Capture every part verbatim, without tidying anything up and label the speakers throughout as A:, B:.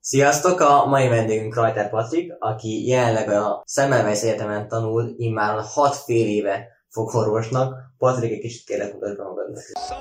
A: Sziasztok! A mai vendégünk Rajter Patrik, aki jelenleg a Semmelweis Egyetemen tanul, immáron hat fél éve fogorvosnak. Patrik, egy kicsit kérlek mutasd be magadnak.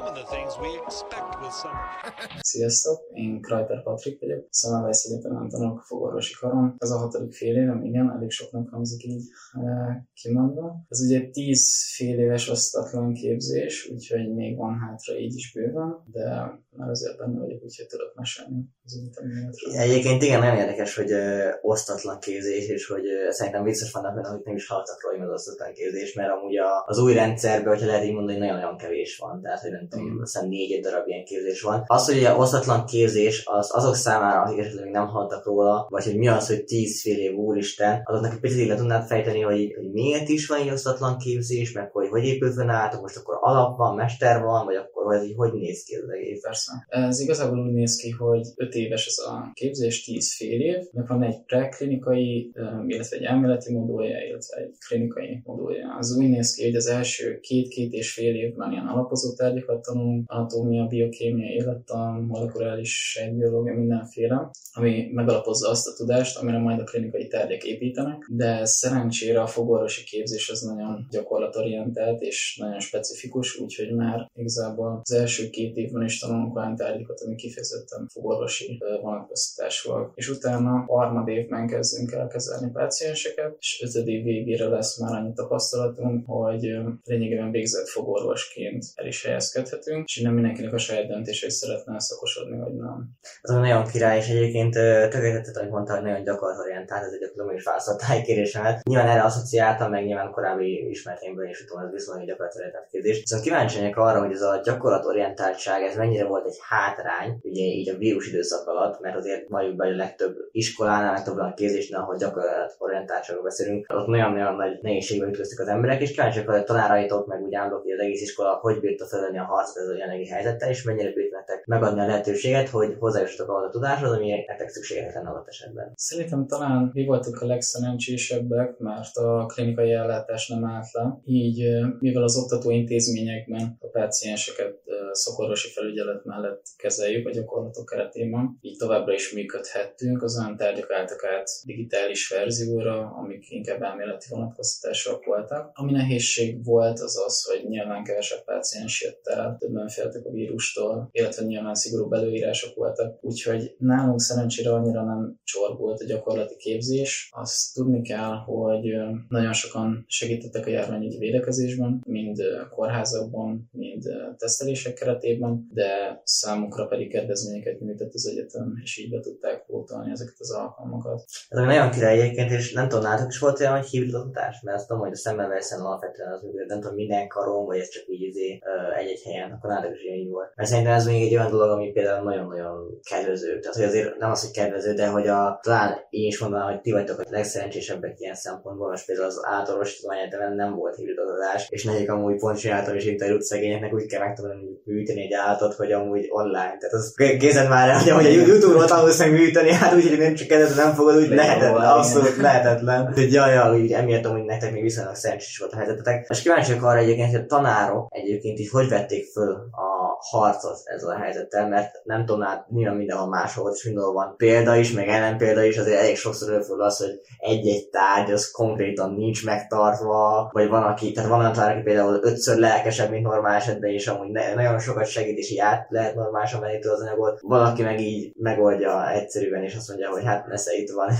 B: Sziasztok! Én Rajter Patrik vagyok, Semmelweis Egyetemen tanulok fogorvosi karon. Ez a hatodik fél évem, igen, elég soknak hangzik így e, kimondva. Ez ugye tíz fél éves osztatlan képzés, úgyhogy még van hátra így is bőven, de már azért benne vagyok, úgyhogy tudok mesélni az egyeteményetről.
A: Egyébként igen, nem érdekes, hogy ö, osztatlan képzés, és hogy ö, szerintem biztos vannak benne, akik nem is hallottak róla, hogy az osztatlan képzés, mert amúgy a, az új rendszerben, hogyha lehet így mondani, nagyon-nagyon kevés van, tehát hogy nem tudom, azt hiszem négy-öt darab ilyen képzés van. Az, hogy a osztatlan képzés, az azok számára, akik esetleg még nem hallottak róla, vagy hogy mi az, hogy tíz fél év úristen, azoknak egy picit le tudnád fejteni, hogy, hogy miért is van egy osztatlan képzés, meg hogy hogy épül fönn álltok, most akkor alap van, mester van, vagy akkor hogy, hogy néz ki az egész?
B: Persze. Ez igazából úgy néz ki, hogy öt éves ez a képzés, tíz fél év, meg van egy preklinikai, illetve egy elméleti modulja, illetve egy klinikai modulja. Az úgy néz ki, hogy az első két-két és fél évben ilyen alapozó tárgyakat tanulunk, anatómia, biokémia, élettan, molekuláris sejtbiológia, mindenféle, ami megalapozza azt a tudást, amire majd a klinikai tárgyak építenek, de szerencsére a fogorvosi képzés az nagyon gyakorlatorientált és nagyon specifikus, úgyhogy már igazából az első két évben is tanulunk olyan tárgyakat, ami kifejezetten fogorvosi vonatkoztatásúak. És utána harmad évben kezdünk el kezelni pácienseket, és ötöd év végére lesz már annyi tapasztalatunk, hogy lényegében végzett fogorvosként el is helyezkedhetünk, és nem mindenkinek a saját döntés, hogy szeretne szakosodni, vagy nem.
A: Az nagyon király, és egyébként tökéletes, amit mondta, hogy nagyon gyakorlatorientált, ez egy tudom is válaszolt tájkérésemet. Nyilván erre asszociáltam, meg nyilván korábbi ismereteimből is utána ez viszonylag gyakorlatorientált képzés. Viszont kíváncsi vagyok arra, hogy ez a gyakorlatorientáltság, ez mennyire volt egy hátrány, ugye így a vírus időszak alatt, mert azért valljuk be, a legtöbb iskolánál, legtöbb a képzésnél, ahol gyakorlatorientáltságról beszélünk, ott nagyon-nagyon nagy nehézségbe ütköztek az emberek, és kíváncsi vagyok, hogy a tanáraitok, meg úgy állok, hogy az egész iskola hogy bírta felelni a harcot ez a jelenlegi helyzettel, és mennyire bírtátok megadni a lehetőséget, hogy hozzájussatok ahhoz a tudáshoz, ami nektek szükséges lenne adott esetben.
B: Szerintem talán mi voltunk a legszerencsésebbek, mert a klinikai ellátás nem állt le. Így, mivel az oktatóintézményekben a pácienseket szakorvosi felügyelet mellett kezeljük a gyakorlatok keretében, így továbbra is működhettünk, az olyan tárgyak álltak át digitális verzióra, amik inkább elméleti vonatkoztatások voltak. Ami nehézség volt, az az, hogy nyilván kevesebb páciens jött el, többen féltek a vírustól, illetve nyilván szigorúbb előírások voltak, úgyhogy nálunk szerencsére annyira nem csorbult a gyakorlati képzés. Azt tudni kell, hogy nagyon sokan segítettek a járványügyi védekezésben, mind kórházakban, mind tesztelések keretében, de számukra pedig kedvezményeket nyújtott az egyetem, és így be tudták pótolni ezeket az alkalmakat.
A: Ez nagyon király egyébként, és nem tudom, nálatok is volt olyan, hogy hibrid oktatás, mert azt tudom, hogy a Semmelweisen alapvetően az működött, nem tudom, minden karon, vagy ez csak így izé, egy-egy helyen, akkor nálatok is így volt. Mert szerintem ez még egy olyan dolog, ami például nagyon-nagyon kedvező. Tehát, hogy azért nem az, hogy kedvező, de hogy a, talán én is mondanám, hogy ti vagytok a legszerencsésebbek ilyen szempontból, most például az általános egyetemen nem volt hibrid oktatás, és nekik amúgy pont csináltam is interjút szegényeknek, úgy kell megtanulni műteni egy állatot, hogy amúgy online. Tehát az kézen már el, hogy a YouTube-ról tanulsz meg műteni, hát úgy, hogy nem csak kedvező nem fogod, úgy lehetetlen, abszolút lehetetlen. Úgyhogy jaj, jaj, úgy emiatt amúgy nektek még viszonylag szerencsés volt a helyzetetek. És kíváncsiak arra egyébként, hogy a tanárok egyébként így hogy vették föl a harcot ezzel a helyzettel, mert nem tudom, hát nyilván mindenhol máshol volt, és mindenhol van példa is, meg ellenpélda is, azért elég sokszor előfordul az, hogy egy-egy tárgy az konkrétan nincs megtartva, vagy van, aki, tehát van olyan tanár, aki például ötször lelkesebb, mint normál esetben, és amúgy ne, nagyon sokat segít, és így át lehet normálisan venni az anyagot. Valaki meg így megoldja egyszerűen, és azt mondja, hogy hát nesze itt van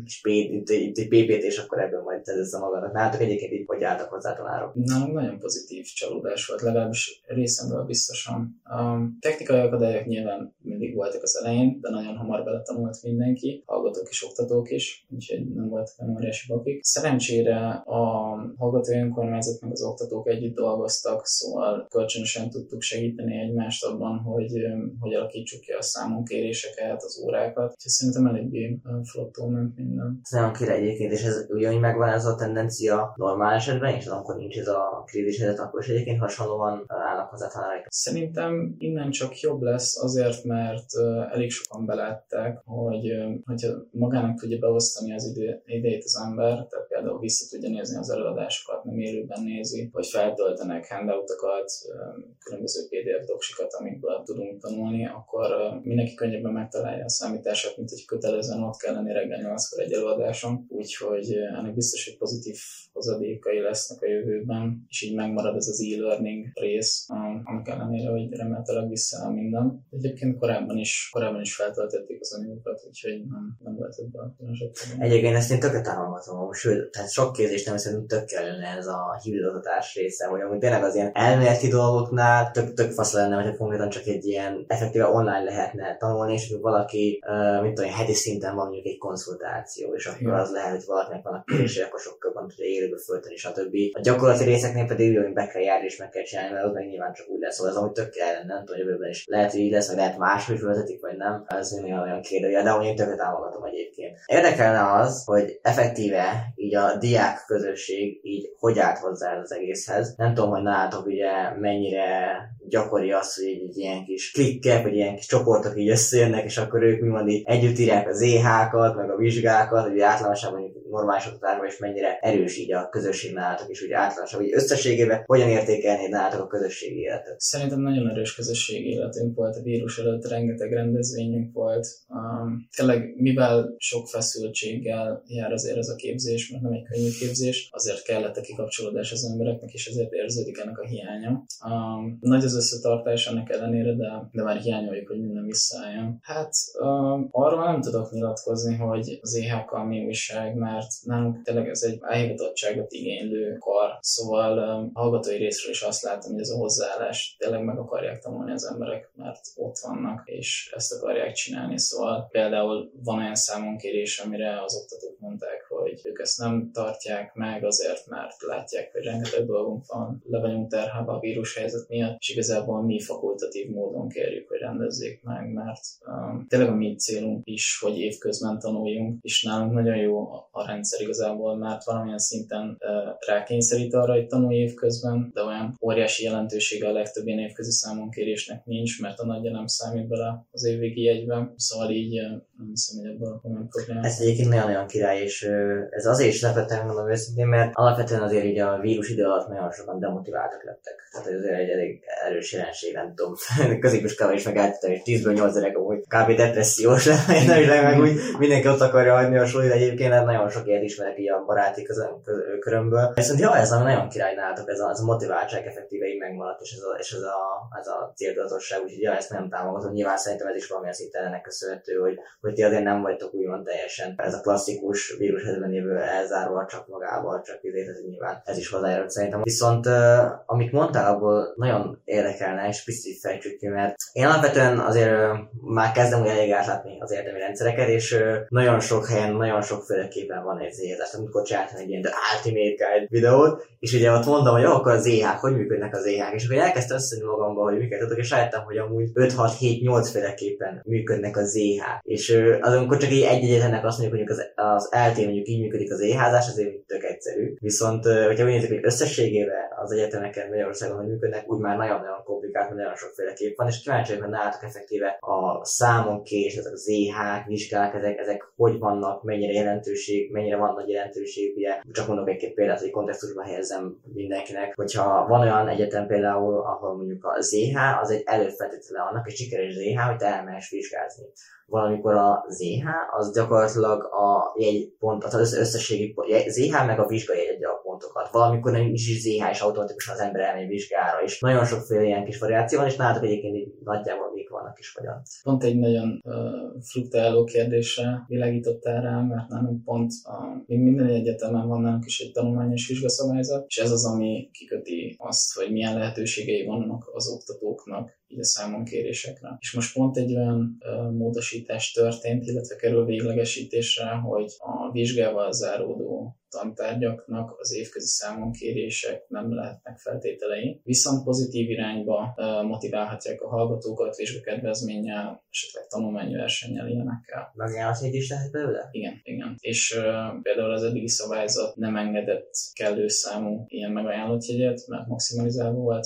A: itt egy pé pé té, és akkor ebből majd tezesz magadnak. Nálatok egyébként így hogy álltak hozzá tanárok?
B: Nálunk nagyon pozitív csalódás volt, legalábbis részemről biztosan. A technikai akadályok nyilván mindig voltak az elején, de nagyon hamar beletanult mindenki, hallgatók és oktatók is, úgyhogy nem voltak nem óriási bakik. Szerencsére a hallgatói önkormányzat meg az oktatók együtt dolgoztak, szóval kölcsönösen tudtuk segíteni egymást abban, hogy, hogy alakítsuk ki a számonkéréseket, az órákat. Úgyhogy szerintem eléggé flottul ment minden.
A: Ez nagyon király egyébként, és ez ugyanúgy megvan ez a tendencia normál esetben, és amikor nincs ez a krízis helyzet, akkor is egyébként hasonlóan állnak hozzá tanáraik.
B: Szerintem innen csak jobb lesz azért, mert mert elég sokan belátták, hogy hogyha magának tudja beosztani az idő, idejét az ember, tehát például vissza tudja nézni az előadásokat, nem élőben nézi, vagy feltöltenek handoutokat, különböző pé dé ef doksikat, amikből tudunk tanulni, akkor mindenki könnyebben megtalálja a számítását, mint hogy kötelezően ott kell lenni reggel nyolckor egy előadáson. Úgyhogy ennek biztos, hogy pozitív hozadékai lesznek a jövőben, és így megmarad ez az e-learning rész, annak ellenére, hogy remélhetőleg visszaáll minden. Egyébként korábban is, korábban is feltöltötték az anyagokat, úgyhogy nem, nem lehet ebben a különösebb.
A: Egyébként ezt én tökre támogatom, sőt, tehát sok kézés nem szerintem tök kellene ez a hibridoktatás része, hogy amúgy tényleg az ilyen elméleti dolgoknál tök, tök fasz lenne, hogyha konkrétan csak egy ilyen effektíve online lehetne tanulni, és hogy valaki, uh, mint olyan heti szinten van mondjuk egy konszultáció, és akkor ja. az lehet, hogy valakinek vannak kérdései, akkor sokkal van tudja élőbe fölteni, stb. A gyakorlati részeknél pedig hogy be kell járni és meg kell csinálni, mert az meg nyilván csak úgy lesz, szóval ez amúgy tök kellene, nem tudom, jövőben is lehet, hogy így lesz, vagy lehet máshogy föltetik, vagy nem, ez olyan, olyan kérdője, de amúgy én tökre támogatom egyébként. Érdekelne az, hogy effektíve így a diák közösség így hogy állt hozzá az egészhez. Nem tudom, hogy nálatok ugye mennyire gyakori az, hogy egy, egy ilyen kis klikkek, vagy ilyen kis csoportok így összejönnek, és akkor ők mi van így együtt írják az é há-kat, meg a vizsgákat, hogy általánosan mondjuk normális oktatásban is mennyire erős így a közösség nálatok, és ugye általánosan, hogy összességében hogyan értékelnéd nálatok a közösségi életet?
B: Szerintem nagyon erős közösségi életünk volt, a vírus előtt rengeteg rendezvényünk volt. Um, tényleg, mivel sok feszültséggel jár azért ez a képzés, mert nem egy könnyű képzés, azért kellett a kikapcsolódás az embereknek, és ezért érződik ennek a hiánya. Um, nagy az összetartás ennek ellenére, de, de már hiányoljuk, hogy minden visszaálljon. Hát um, arról nem tudok nyilatkozni, hogy az é há-kkal mi újság, mert nálunk tényleg ez egy elhivatottságot igénylő kar. Szóval um, a hallgatói részről is azt látom, hogy ez a hozzáállás tényleg meg akarják tanulni az emberek, mert ott vannak, és ezt akarják csinálni. Szóval például van olyan számonkérés, amire az oktatók mondták, hogy ők ezt nem tartják meg azért, mert látják, hogy rengeteg dolgunk van, le vagyunk terhelve a vírushelyzet miatt, és igazából mi fakultatív módon kérjük, hogy rendezzék meg, mert um, tényleg a mi célunk is, hogy évközben tanuljunk, és nálunk nagyon jó a rendszer igazából, mert valamilyen szinten uh, rákényszerít arra, hogy tanulj évközben, de olyan óriási jelentősége a legtöbb ilyen évközi számonkérésnek nincs, mert a nagyja nem számít bele az évvégi jegyben, szóval így uh, nem hiszem, hogy ebből a komoly probléma.
A: Ez egyébként nagyon-nagyon király, és ez azért is lepettem, mondom őszintén, mert alapvetően azért így a vírus idő alatt nagyon sokan demotiváltak lettek. Tehát ez azért egy elég erős jelenség, nem tudom. Középiskában is megállítottam, és tízből nyolc gyerek amúgy kb. Depressziós lenne, nem meg úgy mindenki ott akarja hagyni a sulit, egyébként hát nagyon sok ilyet ismerek így a baráti közön, köz, körömből. Viszont ja, ez nagyon király nálatok, ez a, ez a motiváltság effektíve így megmaradt, és ez a, és ez a, ez a céltudatosság, úgyhogy ja, ezt nem támogatom. Nyilván szerintem ez is valamilyen szinten ennek köszönhető, hogy, hogy ti azért nem vagytok úgymond teljesen ez a klasszikus vírushelyzetben lévő elzárva csak magával, csak idét, ez nyilván ez is hozzájárult szerintem. Viszont uh, amit mondtál, abból nagyon érdekelne, és picit fejtsük ki, mert én alapvetően azért uh, már kezdem úgy elég átlátni az érdemi rendszereket, és uh, nagyon sok helyen, nagyon sokféleképpen van egy zéhezás. Amikor csináltam egy ilyen The Ultimate Guide videót, és ugye ott mondom, hogy jó, akkor az é há-k, hogy működnek az é há-k, és akkor elkezdtem összedni magamba, hogy miket tudok, és rájöttem, hogy amúgy öt hat hét nyolc féleképpen működnek az é há-k. És uh, azonamikor csak így egy egyetemnek azt mondjuk, hogy az, az el té mondjuk így működik az é házás, azért tök egyszerű. Viszont, hogyha úgy nézzük, hogy összességében az egyetemeken Magyarországon hogy működnek, úgy már nagyon-nagyon komplikált, mert nagyon sokféleképp van, és kíváncsi vagyok, hogy nálatok effektíve a számonkés, ezek az é há-k, vizsgák, ezek, ezek hogy vannak, mennyire jelentőség, mennyire van nagy jelentőség, ugye csak mondok egy-két példát, hogy kontextusban helyezzem mindenkinek, hogyha van olyan egyetem például, ahol mondjuk az é há, az egy előfeltétele annak, hogy sikeres az é há, hogy te elmehess vizsgázni. Valamikor az é há, az gyakorlatilag a jegypont, az összességi az é há meg a vizsgai egy a pontokat. Valamikor nem is is zé há, és automatikusan az ember elmegy vizsgára is. Nagyon sokféle ilyen kis variáció van, és nálatok egyébként így nagyjából mik vannak is hogyan.
B: Pont egy nagyon uh, fruktáló kérdésre világítottál rá, mert nálunk pont a, még minden egyetemen van nálunk is egy tanulmányos vizsgaszabályzat, és ez az, ami kiköti azt, hogy milyen lehetőségei vannak az oktatóknak így a számonkérésekre. És most pont egy olyan uh, módosítás történt, illetve kerül véglegesítésre, hogy a vizsgával záródó tantárgyaknak az évközi számonkérések nem lehetnek feltételei, viszont pozitív irányba uh, motiválhatják a hallgatókat vizsgakedvezménnyel, esetleg tanulmányversennyel, ilyenekkel.
A: Megajánlhatni is lehet belőle?
B: Igen, igen. És uh, például az eddigi szabályzat nem engedett kellő számú ilyen megajánlott jegyet, mert maximalizálva volt, vagy uh,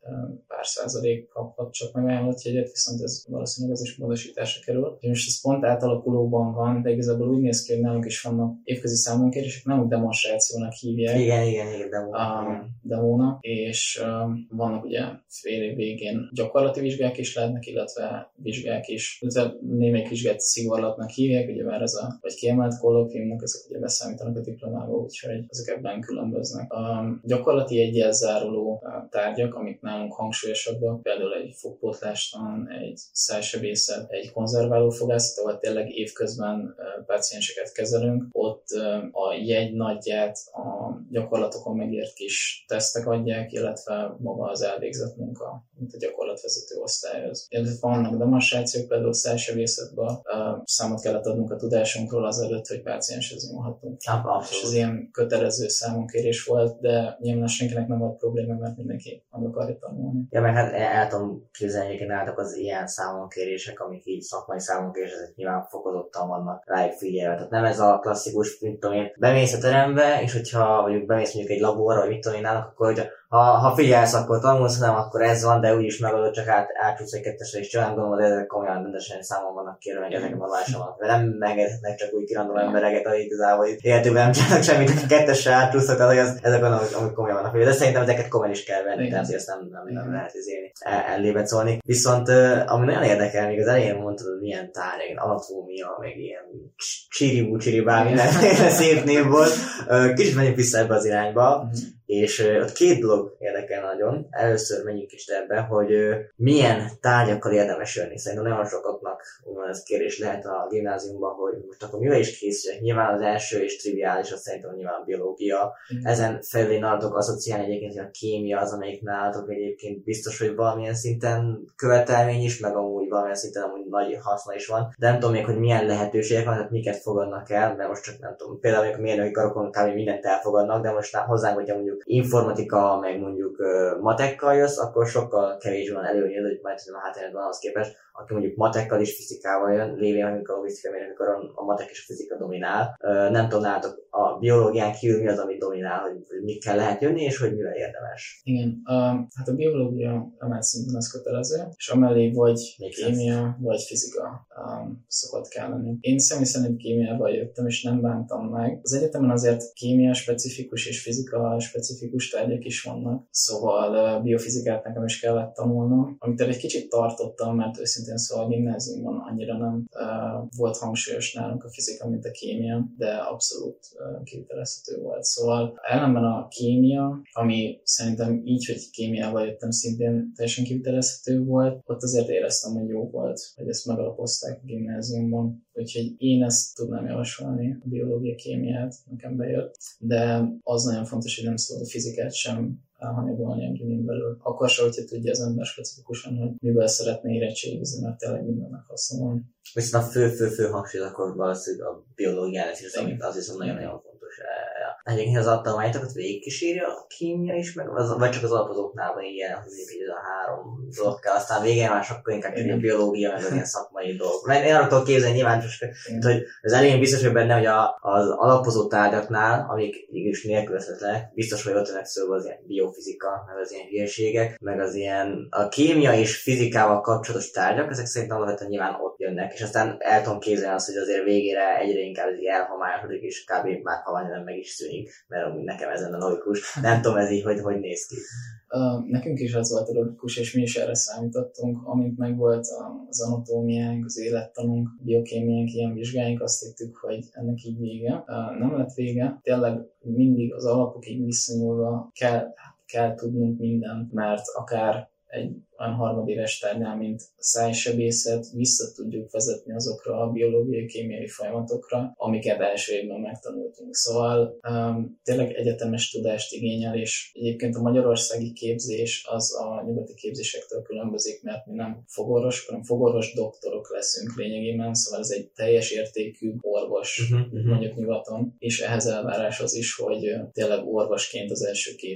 B: pár százalék kaphat csak megajánlott jegyet, viszont ez valószínűleg az is módosításra kerül. És most ez pont átalakulóban van, de igazából úgy néz ki, hogy nálunk is vannak évközi számonkérések, nem demonstrációnak hívják.
A: Igen, igen, igen, demónak.
B: A demónak, és um, vannak ugye fél év végén gyakorlati vizsgák is lehetnek, illetve vizsgák is. Némelyik vizsgát szigorlatnak hívják, ugye már ez a, vagy kiemelt kollokviumnak, ezek ugye beszámítanak a diplomába, úgyhogy ezek ebben különböznek. A gyakorlati egyel záruló tárgyak, amik nálunk hangsúlyosabbak, például egy fogpótlástan, egy szájsebészet, egy konzerváló fogászat, ahol tényleg évközben pácienseket kezelünk, ott a jegy nagyját a gyakorlatokon megírt kis tesztek adják, illetve maga az elvégzett munka, mint a gyakorlatvezető osztályhoz. Illetve vannak demonstrációk, például szájsebészetben uh, számot kellett adnunk a tudásunkról azelőtt, hogy pácienshez nyúlhatunk. És ez ilyen kötelező számonkérés volt, de nyilván senkinek nem volt probléma, mert mindenki meg akarja tanulni.
A: Ja, meg hát el tudom képzelni, hogy álltak az ilyen számonkérések, amik így szakmai számonkérések, ezek nyilván fokozottan vannak rájuk figyelve. Tehát nem ez a klasszikus, mint tudom én, bemész a terembe, és hogyha mondjuk bemész mondjuk egy laborra, vagy mit tudom én nálunk, akkor hogyha Ha, ha figyelsz, akkor tanulsz, nem, akkor ez van, de úgyis megadod, csak át, átcsúsz egy kettesre is csinálni, gondolom, de ezek komolyan rendesen számon vannak kérve, meg ezek normálisan vannak. Nem megengedhetnek csak úgy kirandom embereket, hogy igazából életükben nem csinálnak semmit, hogy kettesre átcsúsznak, tehát hogy az, ezek vannak, amik komolyan vannak. De szerintem ezeket komolyan is kell venni, tehát hogy ezt nem, nem, nem lehet izélni, ellébe szólni. Viszont ami nagyon érdekel, még az elején mondtad, hogy milyen tárgy, anatómia, meg ilyen csiribú, csiribá, mindenféle szép név volt. Kicsit menjünk vissza ebbe az irányba. És uh, ott két dolog érdekel nagyon. Először menjünk is ebbe, hogy uh, milyen tárgyakkal érdemes jönni. Szerintem nagyon sokaknak úgymond ez kérés lehet a gimnáziumban, hogy most akkor mivel is készülök. Nyilván az első és triviális, azt szerintem nyilván a biológia. Mm. Ezen felül én nálatok asszociálni egyébként, hogy a kémia az, amelyik nálatok egyébként biztos, hogy valamilyen szinten követelmény is, meg amúgy valamilyen szinten amúgy nagy haszna is van. De nem tudom még, hogy milyen lehetőségek van, tehát miket fogadnak el, mert most csak nem tudom. Például mondjuk a mérnöki karokon kb. Mindent elfogadnak, de most hozzánk, hogyha mondjuk informatika, meg mondjuk uh, matekkal jössz, akkor sokkal kevés van előnyöd, hogy majd a hátrányod van ahhoz képest, aki mondjuk matekkal és fizikával jön, lévén, amikor a logisztika mérnök a matek és a fizika dominál. Uh, nem tudom, nálatok a biológián kívül mi az, amit dominál, hogy, hogy mikkel lehet jönni, és hogy mivel érdemes.
B: Igen, uh, hát a biológia emelt szinten az kötelező, és amellé vagy Még kémia, lesz. vagy fizika um, szokott kell lenni. Én személy szerint kémiával jöttem, és nem bántam meg. Az egyetemen azért kémia specifikus és fizika specifikus tárgyak is vannak, szóval uh, biofizikát nekem is kellett tanulnom, amit egy kicsit tartottam, mert őszintén szóval a gimnáziumban annyira nem uh, volt hangsúlyos nálunk a fizika, mint a kémia, de abszolút uh, kivitelezhető volt. Szóval ellenben a kémia, ami szerintem így, hogy kémiával jöttem, szintén teljesen kivitelezhető volt, ott azért éreztem, hogy jó volt, hogy ezt megalapozták a gimnáziumban. Úgyhogy én ezt tudnám javasolni, a biológia, kémiát, nekem bejött, de az nagyon fontos, hogy nem szabad a fizikát sem elhanyagolni a gimin belül. Akkor se, hogyha tudja az ember specifikusan, hogy miből szeretne érettségizni, mert tényleg mindennek haszna van.
A: Viszont a fő-fő-fő hangsúly akkor valószínűleg a biológia lesz, és az viszont nagyon-nagyon fontos. Egyébként az alaptanulmányokat végigkísérje a kémia is, meg az, vagy csak az alapozóknál van ilyen, hogy ez a három dolog kell, aztán végén már sokkal inkább a biológia, meg az ilyen szakmai dolgok. Mert én arra tudok képzelni nyilván, hogy az elején biztos, hogy benne, hogy a, az alapozó tárgyaknál, amik is nélkülözhetetlenek, biztos, hogy ott jönnek szóval az ilyen biofizika, meg az ilyen hülyeségek, meg az ilyen a kémia és fizikával kapcsolatos tárgyak, ezek szerintem alapvetően nyilván ott jönnek, és aztán el tudom képzelni azt, hogy azért végére egyre inkább elhomályosodik, és kb. Már ha nem meg is szűnik, mert amúgy nekem ez lenne logikus. Nem tudom ez így, hogy hogy néz ki.
B: Uh, nekünk is az volt a logikus, és mi is erre számítottunk. Amint megvolt az anatómiánk, az élettanunk, a biokémiánk, ilyen vizsgáink, azt hittük, hogy ennek így vége. Uh, nem lett vége. Tényleg mindig az alapokig visszanyúlva kell, kell tudnunk mindent, mert akár egy olyan harmadéves tárgynál, mint a szájsebészet, vissza tudjuk vezetni azokra a biológiai, kémiai folyamatokra, amiket első évben megtanultunk. Szóval um, tényleg egyetemes tudást igényel, és egyébként a magyarországi képzés az a nyugati képzésektől különbözik, mert mi nem fogorvosok, hanem fogorvos doktorok leszünk lényegében, szóval ez egy teljes értékű orvos, uh-huh, uh-huh. mondjuk nyugaton, és ehhez elvárás az is, hogy tényleg orvosként az első két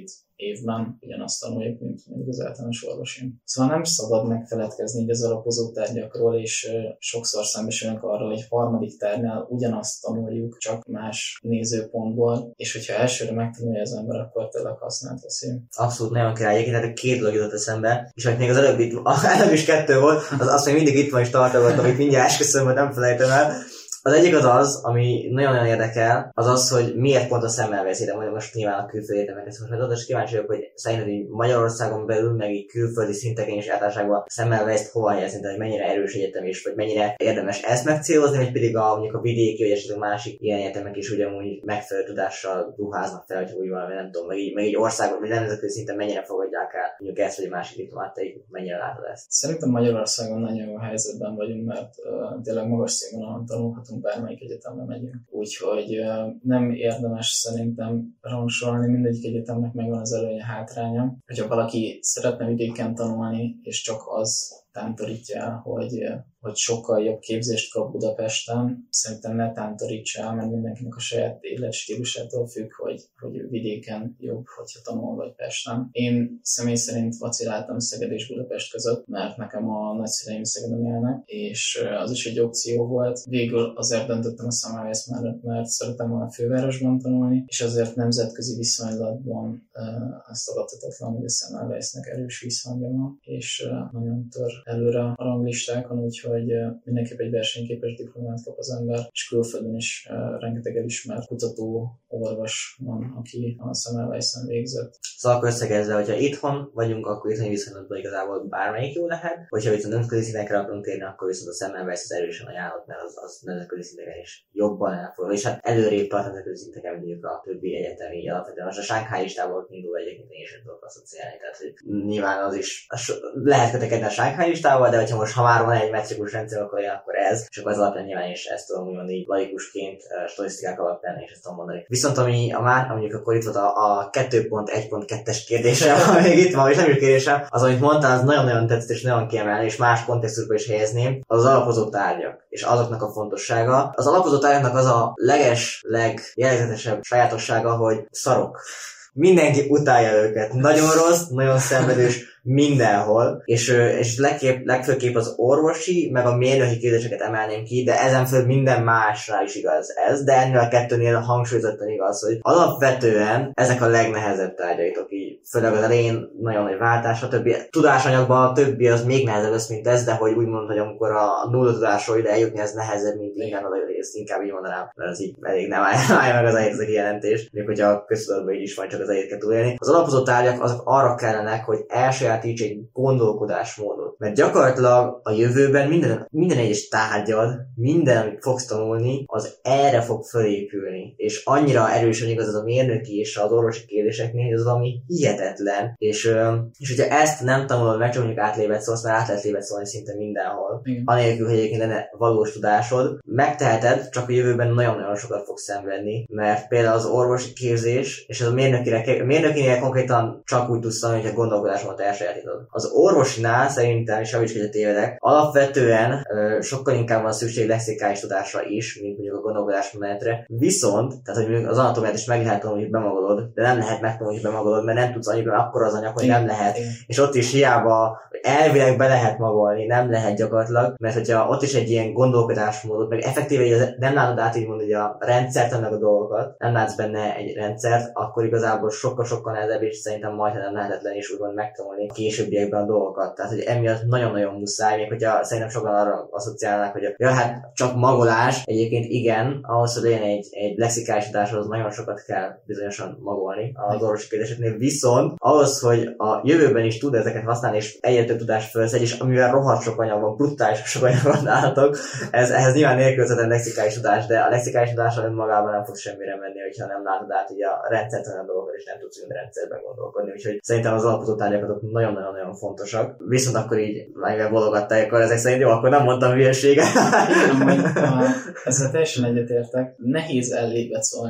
B: évben ugyanazt tanuljuk, mint mondjuk az általános orvosin. Szóval nem szabad megfeledkezni így az alapozó tárgyakról, és sokszor szembesülünk arra, hogy harmadik tárgynál ugyanazt tanuljuk, csak más nézőpontból, és hogyha elsőre megtanulja az ember, akkor tényleg használt veszi.
A: Abszolút nagyon király. Egyébként hát két dolog jutott eszembe, és hogy még az előbb, itt, előbb is kettő volt, az azt még mindig itt van és tartogat, amit mindjárt esküszöm, hogy nem felejtem el. Az egyik az az, ami nagyon-nagyon érdekel, az az, hogy miért pont a szemmelvészére, majd most nyilván a külföldi egyetemeket. Most mert is kíváncsi vagyok, hogy szerinted így Magyarországon belül, meg így külföldi szinteken és általánosságban a szemmelvészt hova helyezni, tehát hogy mennyire erős egyetem is, vagy mennyire érdemes ezt megcélozni, vagy pedig a, mondjuk a vidéki, vagy esetleg másik ilyen egyetemek is ugyanúgy megfelelő tudással ruháznak fel, hogy úgy valami, nem tudom, meg így, meg így országon, vagy nemzetközi szinten mennyire fogadják el, mondjuk ezt, vagy a másik diplomát, te így mennyire látod ezt?
B: Szerintem Magyarországon nagyon jó helyzetben vagyunk, mert uh, tényleg magas színvonalon tanulhatunk, bármelyik egyetemre megyünk. Úgyhogy uh, nem érdemes szerintem rangsorolni, mindegyik egyetemnek megvan az előnye, hátránya. Hogyha valaki szeretne vidéken tanulni, és csak az tántorítja el, hogy, hogy sokkal jobb képzést kap Budapesten, szerintem ne tántorítsa el, mert mindenkinek a saját életstílusától függ, hogy, hogy vidéken jobb, hogyha tanul vagy Pesten. Én személy szerint vaciláltam Szeged és Budapest között, mert nekem a nagyszüleim Szegeden élnek, és az is egy opció volt. Végül azért döntöttem a Semmelweis mellett, mert szeretem volna a fővárosban tanulni, és azért nemzetközi viszonylatban azt tagadhatatlan, hogy a Semmelweisnek erős visszhangja van, és nagyon tör előre a ranglistákon, úgyhogy mindenképp egy versenyképes diplomát kap az ember, és külföldön is rengeteg elismert kutató, orvos van, aki a Semmelweisen végzett.
A: Szóval akkor összegezve, hogyha itthon vagyunk, akkor itthoni viszonylatban igazából bármelyik jó lehet, hogyha viszont nemzetközi szintekre akarunk térni, akkor viszont a Semmelweis az erősen ajánlott, mert az, az nemzetközi szinteken is jobban elfordul, és hát előrébb tart nemzetközi szinteken mondjuk a többi egyetemi, így alapvetően most a Shanghai listából indul egyébként én is tudok asszociálni, tehát hogy nyilván az is lehet kötekedni a Shanghai listával, de hogyha most ha már van egy metrikus rendszer, akkor, akkor ez, és akkor az alapján nyilván is ezt tudom mondani így laikusként, statisztikák alapján, és ezt tudom mondani. Viszont ami a már, mondjuk akkor itt volt a, a kettő pont egy pont kettes kérdésem, ami még itt van, és nem is kérdésem, az, amit mondtál, az nagyon-nagyon tetszett, és nagyon kiemelni, és más kontextusba is helyezném, az az alapozó tárgyak, és azoknak a fontossága. Az alapozó tárgyaknak az a leges, legjellegzetesebb sajátossága, hogy szarok. Mindenki utálja őket. Nagyon rossz, nagyon szenvedős, mindenhol, és, és legképp, legfőképp az orvosi, meg a mérnöki képzéseket emelném ki, de ezen föl minden másra is igaz ez, de ennél a kettőnél hangsúlyozottan igaz, hogy alapvetően ezek a legnehezebb tárgyaitok így, főleg az elején nagyon nagy váltás, a többi tudásanyagban a többi az még nehezebb lesz, mint ez, de hogy úgy mondod, hogy amikor a nulla tudásról ide eljutni, ez nehezebb, mint igen, oda rész, inkább így mondanám, mert az így elég nem állja meg az egyet, ez a kijelentés, még hogyha a köztudatban így is van, csak az egyet kell túlélni. Az alapozó tárgyak azok arra kellenek, hogy elsajátíts egy gondolkodásmódot. Mert gyakorlatilag a jövőben minden, minden egyes tárgyad, minden, amit fogsz tanulni, az erre fog fölépülni. És annyira erősen igaz az a mérnöki és az orvosi kérdéseknél, hogy az valami hihetetlen. És, és hogyha ezt nem tanulod meg, csak mondjuk átlévet szólsz, mert át lehet lévet szólni szinte mindenhol. Igen. Anélkül, hogy egyébként lenne valós tudásod, megteheted, csak a jövőben nagyon-nagyon sokat fogsz szenvedni, mert például az orvosi képzés, és ez a mérnökire, mérnökinél konkrétan csak úgy tudsz tanulni, hogy a gondolkodásomat elsajátítod. Az orvosinál szerintem, és javíts, hogy tévedek, alapvetően ö, sokkal inkább van szükség lexikális tudásra is, mint mondjuk a gondolkodásmenetre. Viszont, tehát hogy mondjuk az anatómiát is meg lehet tanulni, hogy bemagolod, de nem lehet megtanulni, hogy bemagolod, mert nem tudsz annyiban, akkor az anyag, hogy nem lehet. És ott is hiába elvileg be lehet magolni, nem lehet gyakorlatilag, mert hogyha ott is egy ilyen gondolkodásmódot, meg effektíve nem látod át így mondani, hogy a rendszert, meg a dolgokat, nem látsz benne egy rendszert, akkor igazából sokkal-sokkal nehezebb, és szerintem majdnem nem lehetetlen is úgymond megtanulni későbbiekben a dolgokat. Tehát, hogy emiatt nagyon-nagyon muszáj, még hogyha szerintem sokan arra asszociálnak, hogy ja, hát csak magolás, egyébként igen, ahhoz, hogy legyen egy, egy lexikális tudáshoz nagyon sokat kell bizonyosan magolni az orvosi kérdéseknél, viszont ahhoz, hogy a jövőben is tud ezeket használni, és egyre több tudást felszegy, és amivel rohadt sok anyag van, brutális sok anyag van nálatok, ez, ehhez nyilván nélkülözhetetlen lexikális tudás, de a lexikális tudásra önmagában nem fog semmire menni, hogyha nem látod át ugye a rendszertelen dolgokat, és nem tudsz minden rendszerben gondolkodni. Úgyhogy szerintem az alapozó tárgyak nagyon-nagyon fontosak. Viszont akkor így, mivel bologatták, akkor ezek szerint jó, akkor nem mondtam hülyeséget.
B: Igen, majd ezzel teljesen egyetértek. Nehéz ellébet szólni,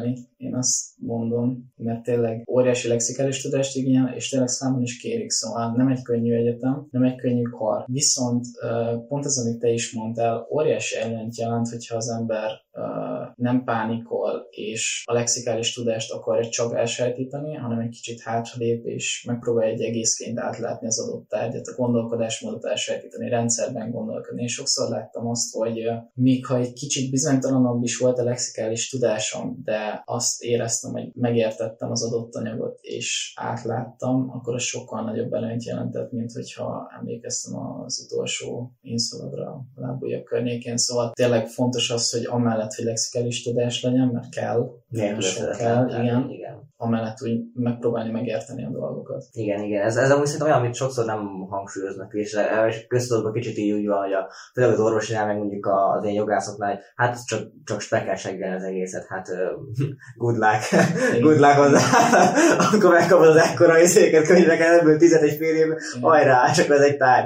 B: én azt mondom, mert tényleg óriási lexikális tudást igényel, és tényleg számon is kérik, szóval nem egy könnyű egyetem, nem egy könnyű kar. Viszont pont az, amit te is mondtál, óriási előnyt jelent, hogyha az ember nem pánikol, és a lexikális tudást akarja csak elsajátítani, hanem egy kicsit hátralép, és megpróbálja egy egészként átlátni az adott tárgyat, a gondolkodásmódot elsajátítani, rendszerben gondolkodni. És sokszor láttam azt, hogy még ha egy kicsit bizonytalanabb is volt a lexikális tudásom, de azt éreztem, hogy megértettem az adott anyagot, és átláttam, akkor az sokkal nagyobb előnyt jelentett, mint hogyha emlékeztem az utolsó inszalagra a lábujjak környékén. Szóval tényleg fontos az, hogy amellett, hogy lexikális tudás legyen, mert kell,
A: igen,
B: sok kell, igen, igen.
A: igen.
B: Amellett úgy megpróbálni megérteni a dolgokat.
A: Igen, igen. Ez, ez amúgy szerintem olyan, amit sokszor nem hangsúlyoznak, és, és köztudatban kicsit így úgy van, hogy a, főleg az orvosinál, meg mondjuk az én jogászoknál, hogy hát csak, csak spekkel seggelni az egészet, hát uh, good luck, good luck hozzá, akkor megkapod az ekkora izéket, könyveket, ebből tizenegy fél évben, hajrá, csak ez egy tárgy.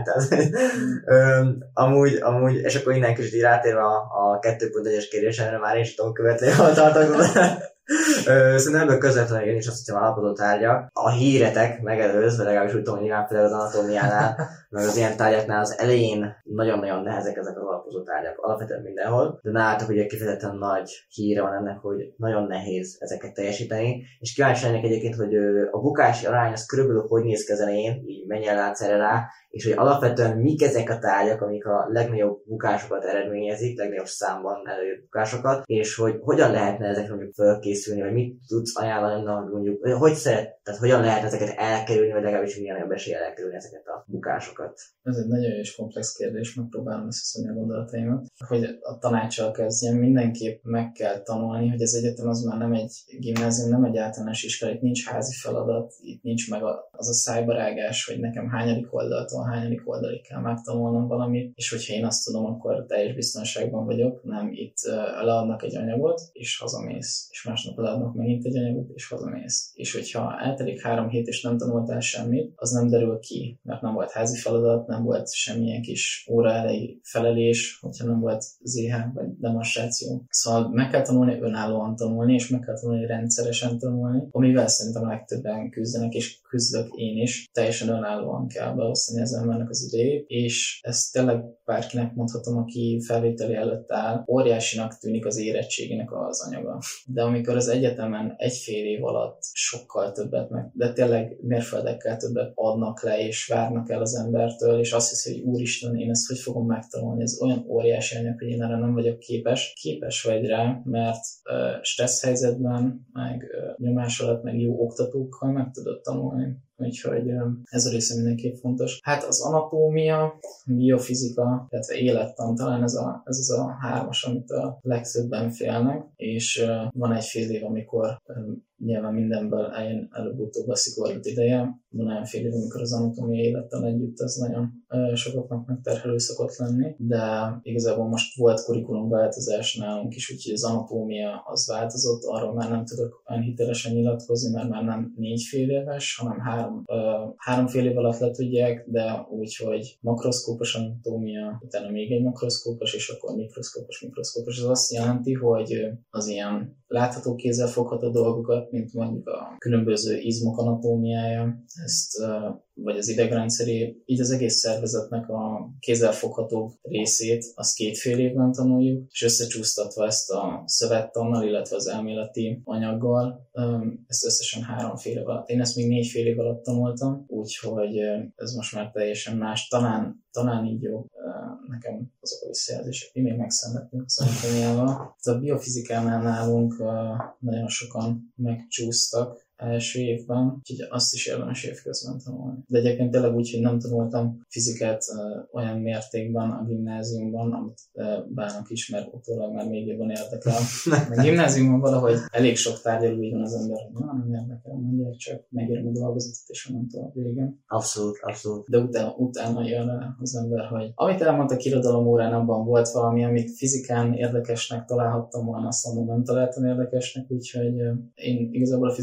A: um, amúgy, amúgy, és akkor innen kicsit így rátérve a, a kettő pont egyes kérdésemre, már én is tudom követni a tartalmat. Szerintem ebből közvetlenül én is azt hiszem, alapozó tárgyak. A híretek megelőzve, legalábbis úgy tudom, hogy nyilván például az anatómiánál, meg az ilyen tárgyaknál az elején nagyon-nagyon nehezek ezek az alapozó tárgyak, alapvetően mindenhol, de nálatok ugye kifejezetten nagy híre van ennek, hogy nagyon nehéz ezeket teljesíteni, és kíváncsi lennék egyébként, hogy a bukási arány az körülbelül hogy néz ki az elején, így menjen rá, erre rá, és hogy alapvetően mik ezek a tárgyak, amik a legnagyobb bukásokat eredményezik, legnagyobb számban előjött bukásokat, és hogy hogyan lehetne ezekre mondjuk felkészülni, vagy mit tudsz ajánlani, hogy mondjuk, hogy szeret, tehát hogyan lehet ezeket elkerülni, vagy legalábbis milyen jobb eséllyel elkerülni ezeket a bukásokat.
B: Ez egy nagyon és komplex kérdés, megpróbálom összeszedni a gondolataimat. Hogy a tanácssal kezdjem, mindenképp meg kell tanulni, hogy az egyetem az már nem egy gimnázium, nem egy általános iskola, itt nincs házi feladat, itt nincs meg az a szájbarágás, hogy nekem hányadik oldaltól hányadik oldalig kell megtanulnom valamit, és hogyha én azt tudom, akkor teljes biztonságban vagyok, nem itt uh, leadnak egy anyagot, és hazamész, és másnap leadnak megint egy anyagot, és hazamész. És hogyha eltelik három hét, és nem tanultál semmit, az nem derül ki, mert nem volt házi feladat, nem volt semmilyen kis óra elejé felelés, hogyha nem volt zé há vagy demonstráció. Szóval meg kell tanulni önállóan tanulni, és meg kell tanulni rendszeresen tanulni, amivel szerintem a legtöbben küzdenek, és küzdök én is. Teljesen önállóan kell beosztani az embernek az idejét, és ezt tényleg bárkinek mondhatom, aki felvételi előtt áll, óriásinak tűnik az érettségének az anyaga. De amikor az egyetemen egy fél év alatt sokkal többet meg, de tényleg mérföldekkel többet adnak le, és várnak el az embertől, és azt hiszi, hogy úristen, én ezt hogy fogom megtanulni, ez olyan óriási anyag, hogy én erre nem vagyok képes. Képes vagy rá, mert uh, stressz helyzetben, meg uh, nyomás alatt, meg jó oktatókkal meg tudod tanulni. Úgyhogy ez a része mindenképp fontos. Hát az anatómia, biofizika, illetve élettan, talán ez, a, ez az a hármas, amit a legtöbben félnek, és van egy fél év, amikor nyilván mindenből eljön előbb-utóbb a szigorult ideje. Van olyan fél év, amikor az anatómia élettan együtt ez nagyon sokaknak megterhelő szokott lenni, de igazából most volt kurikulumváltozás nálunk is, úgyhogy az anatómia az változott, arról már nem tudok olyan hitelesen nyilatkozni, mert már nem négy fél éves, hanem három, uh, három fél év alatt le tudják, de úgy, hogy makroszkópos anatómia, utána még egy makroszkópos, és akkor mikroszkópos, mikroszkópos. Ez azt jelenti, hogy az ilyen látható kézzel fogható dolgokat, mint mondjuk a különböző izmok anatómiája, ezt, vagy az idegrendszeri, így az egész szervezetnek a kézzelfogható részét, azt két fél évben tanuljuk, és összecsúsztatva ezt a szövettannal, illetve az elméleti anyaggal, ezt összesen három fél év alatt. Én ezt még négy fél év alatt tanultam, úgyhogy ez most már teljesen más. Talán, talán így jobb nekem azok a visszajelzések. Mi még megszenvedtünk az anatomiával. A biofizikánál nálunk nagyon sokan megcsúsztak első évben, úgyhogy azt is érdemes évközben tanulni. De egyébként tényleg úgy, hogy nem tanultam fizikát uh, olyan mértékben a gimnáziumban, amit uh, bánok is, mert utólag már még jobban érdekel. A gimnáziumban valahogy elég sok tárgyaló így van az ember, hogy na, nem érdekel, mondják, csak megírom a dolgozatot, és onnan tovább végén.
A: Abszolút, abszolút.
B: De utána, utána jön rá az ember, hogy amit elmondtak irodalom órán, abban volt valami, amit fizikán érdekesnek találhattam volna, azt mondom, nem találtam érdekesnek, úgyhogy uh, én igazából a fizikától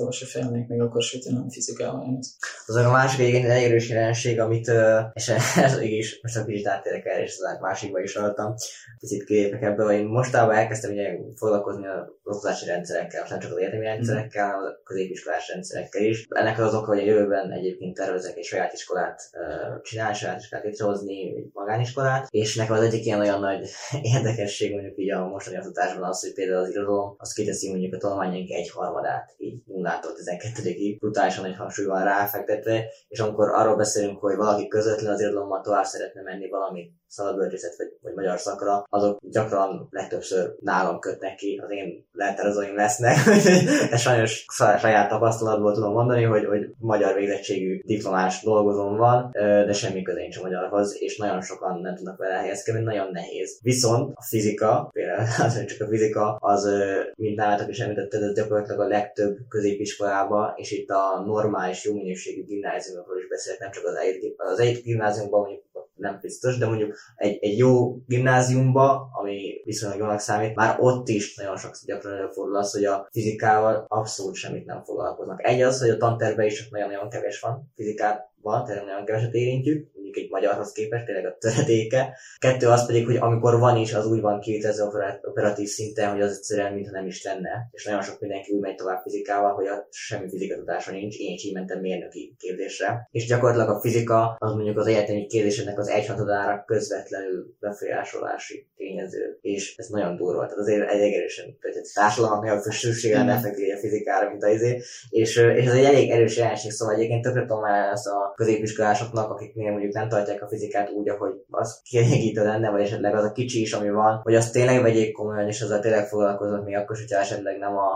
B: fizikával se félnék, még akkor is, hogy nem fizikával jön ez.
A: Az a másik egyébként egy erős jelenség, amit, és ez is, most a kicsit áttérek el, és az másikba is hallottam, picit kilépek ebből, hogy én mostában elkezdtem ugye foglalkozni a oktatási rendszerekkel, nem csak az egyetemi rendszerekkel, hanem a középiskolás rendszerekkel is. Ennek az oka, hogy a jövőben egyébként tervezek egy saját iskolát uh, csinálni, saját iskolát létrehozni, egy magániskolát, és nekem az egyik ilyen olyan nagy érdekesség mondjuk így a mostani oktatásban az, hogy például az irodalom, az kiteszi mondjuk a tanulmányaink egyharmadát, így nullától tizenkettőig brutálisan nagy hangsúly van ráfektetve, és amikor arról beszélünk, hogy valaki közvetlenül az irodalommal tovább szeretne menni valami szabadbölcsészet vagy, vagy magyar szakra, azok gyakran legtöbbször nálam kötnek ki, az én lelterezőim lesznek. Ez sajnos saját tapasztalatból tudom mondani, hogy, hogy magyar végzettségű diplomás dolgozom van, de semmi köze nincs a magyarhoz, és nagyon sokan nem tudnak vele helyezkedni, nagyon nehéz. Viszont a fizika, például az, csak a fizika, az, mint nálatok is említetted, ez gyakorlatilag a legtöbb középiskolába, és itt a normális, jó minőségű gimnáziumokról is beszélek, nem csak az egy, az egy gimnáziumban, mondjuk nem biztos, de mondjuk egy, egy jó gimnáziumba, ami viszonylag jónak számít, már ott is nagyon sokszor gyakran előfordul az, hogy a fizikával abszolút semmit nem foglalkoznak. Egy az, hogy a tantervben is csak nagyon-nagyon kevés van fizikában, tényleg nagyon keveset érintjük, mondjuk egy magyarhoz képest, tényleg a töredéke. Kettő az pedig, hogy amikor van is, az úgy van kivitelező operatív szinten, hogy az egyszerűen mintha nem is lenne, és nagyon sok mindenki úgy megy tovább fizikával, hogy a semmi fizikatudása nincs, én is így mentem mérnöki képzésre. És gyakorlatilag a fizika az mondjuk az egyetemi képzésének az egyhatodára közvetlenül befolyásolási tényező, és ez nagyon durva. Tehát azért egy erősen, tehát társadalmak nagyobb szüksége lenne effektíve a fizikára, mint az izé, és, és ez egy elég erős jelenség, szóval egyébként tökre tudom már ezt a középiskolásoknak, akiknél mondjuk nem tartják a fizikát úgy, ahogy az kielégítő lenne, vagy esetleg az a kicsi is, ami van, hogy azt tényleg vegyék komolyan, és azzal tényleg foglalkoznak, még akkor, hogyha esetleg nem a,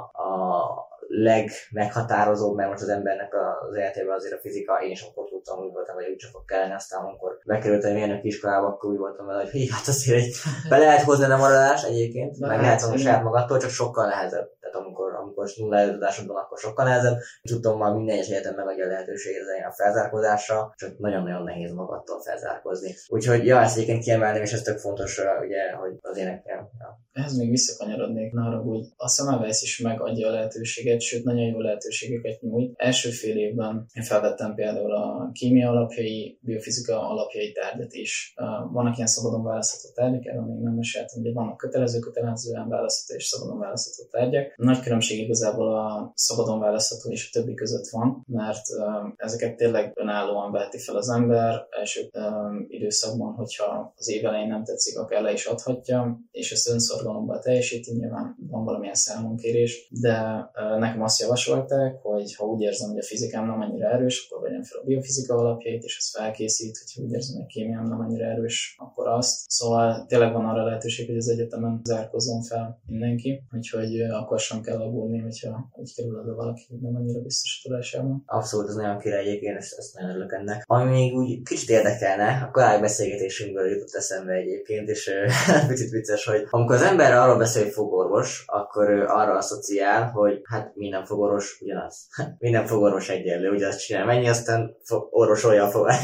A: a legmeghatározóbb, mert most az embernek az életében azért a fizika, én is akkor tudtam, úgy voltam, hogy úgy csak fog kelleni, aztán amikor bekerültem a mérnöki iskolába, akkor úgy voltam vele, hogy hát azért egy be lehet hozni a maradás egyébként, meg lehet hozni saját magattól, csak sokkal nehezebb. Tehát amikor, amikor nulla előadásod van, akkor sokkal nehezebb. Tudom, már minden egyes egyetem megadja a lehetőséget az elején a felzárkózásra, csak nagyon-nagyon nehéz magadtól felzárkózni. Úgyhogy ja, ezt egyébként kiemelném, és ez tök fontos, ugye, hogy az énekel. Ja.
B: Ehhez még visszakanyarodnék, ne haragudj. A Semmelweis is megadja a lehetőséget, sőt nagyon jó lehetőségeket nyújt. Első fél évben én felvettem például a kémia alapjai, biofizika alapjai tárgyat is. Vannak ilyen szabadon választható tárgyak, erről még nem meséltem, hogy vannak kötelező, kötelezően választható és szabadon választható tárgyak. Nagy különbség igazából a szabadon választható és a többi között van, mert ezeket tényleg önállóan veheti fel az ember. Első időszakban, hogyha az év elején nem tetszik, akár le is adhatja, és ezt önszorgalomban teljesíti, nyilván van valamilyen számonkérés, de nekem azt javasolták, hogy ha úgy érzem, hogy a fizikám nem annyira erős, akkor vegyem fel a biofizika alapjait, és ez felkészít, hogyha úgy érzem, hogy a kémiám nem annyira erős, akkor azt. Szóval tényleg van arra lehetőség, hogy az egyetemen zárkozzon fel mindenki, úgyhogy akkor sem kell aggódni, hogyha úgy kerül oda valaki, hogy nem annyira biztos a tudásában.
A: Abszolút, ez nagyon király egyébként, ezt, ezt nagyon örülök ennek. Ami még úgy kicsit érdekelne, a korábbi beszélgetésünkből jutott eszembe egyébként, és picit vicces, hogy amikor az ember arról beszél, hogy fogorvos, akkor arra asszociál, hogy hát minden fogorvos ugyanaz. Minden fogorvos egyenlő, ugyanazt csinál. Mennyi, aztán orvosolja a fogát.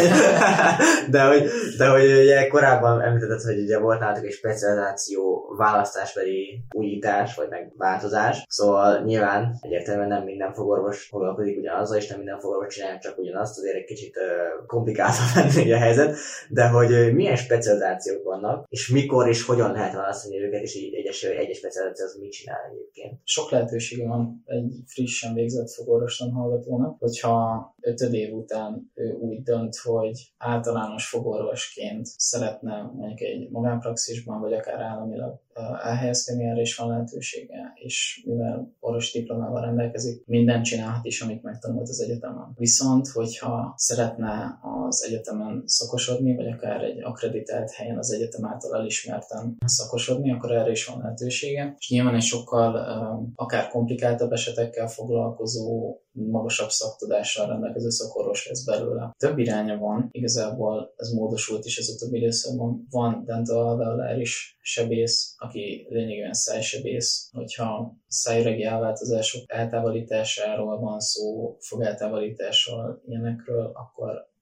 A: de, hogy, de hogy ugye korábban említetted, hogy ugye volt nálatok egy specializáció, választásbeli újítás, vagy meg változás. Szóval nyilván egyértelműen nem minden fogorvos foglalkozik ugyanazzal, és nem minden fogorvos csinálja csak ugyanazt, azért egy kicsit uh, komplikáltabb lenne a helyzet, de hogy uh, milyen specializációk vannak, és mikor és hogyan lehet választani őket, és így egyes, egyes specializáció az mit csinál egyébként.
B: Sok lehetősége van egy frissen végzett fogorvostan hallgatónak, hogyha ötöd év után ő úgy dönt, hogy általános fogorvosként szeretne mondjuk egy magánpraxisban, vagy akár államilag elhelyezkedni, erre is van lehetősége, és mivel orvos diplomával rendelkezik, mindent csinálhat is, amit megtanult az egyetemen. Viszont, hogyha szeretne az egyetemen szakosodni, vagy akár egy akkreditált helyen az egyetem által elismerten szakosodni, akkor erre is van lehetősége. És nyilván egy sokkal akár komplikáltabb esetekkel foglalkozó, magasabb szaktudással rendelkező szakorvos lesz belőle. Több iránya van, igazából ez módosult is ez a több időszakban. Van dentalvállaláris sebész, aki lényegében szájsebész, hogyha szájüregi elváltozások eltávolításáról van szó, fogeltávolításról, ilyenekről, akkor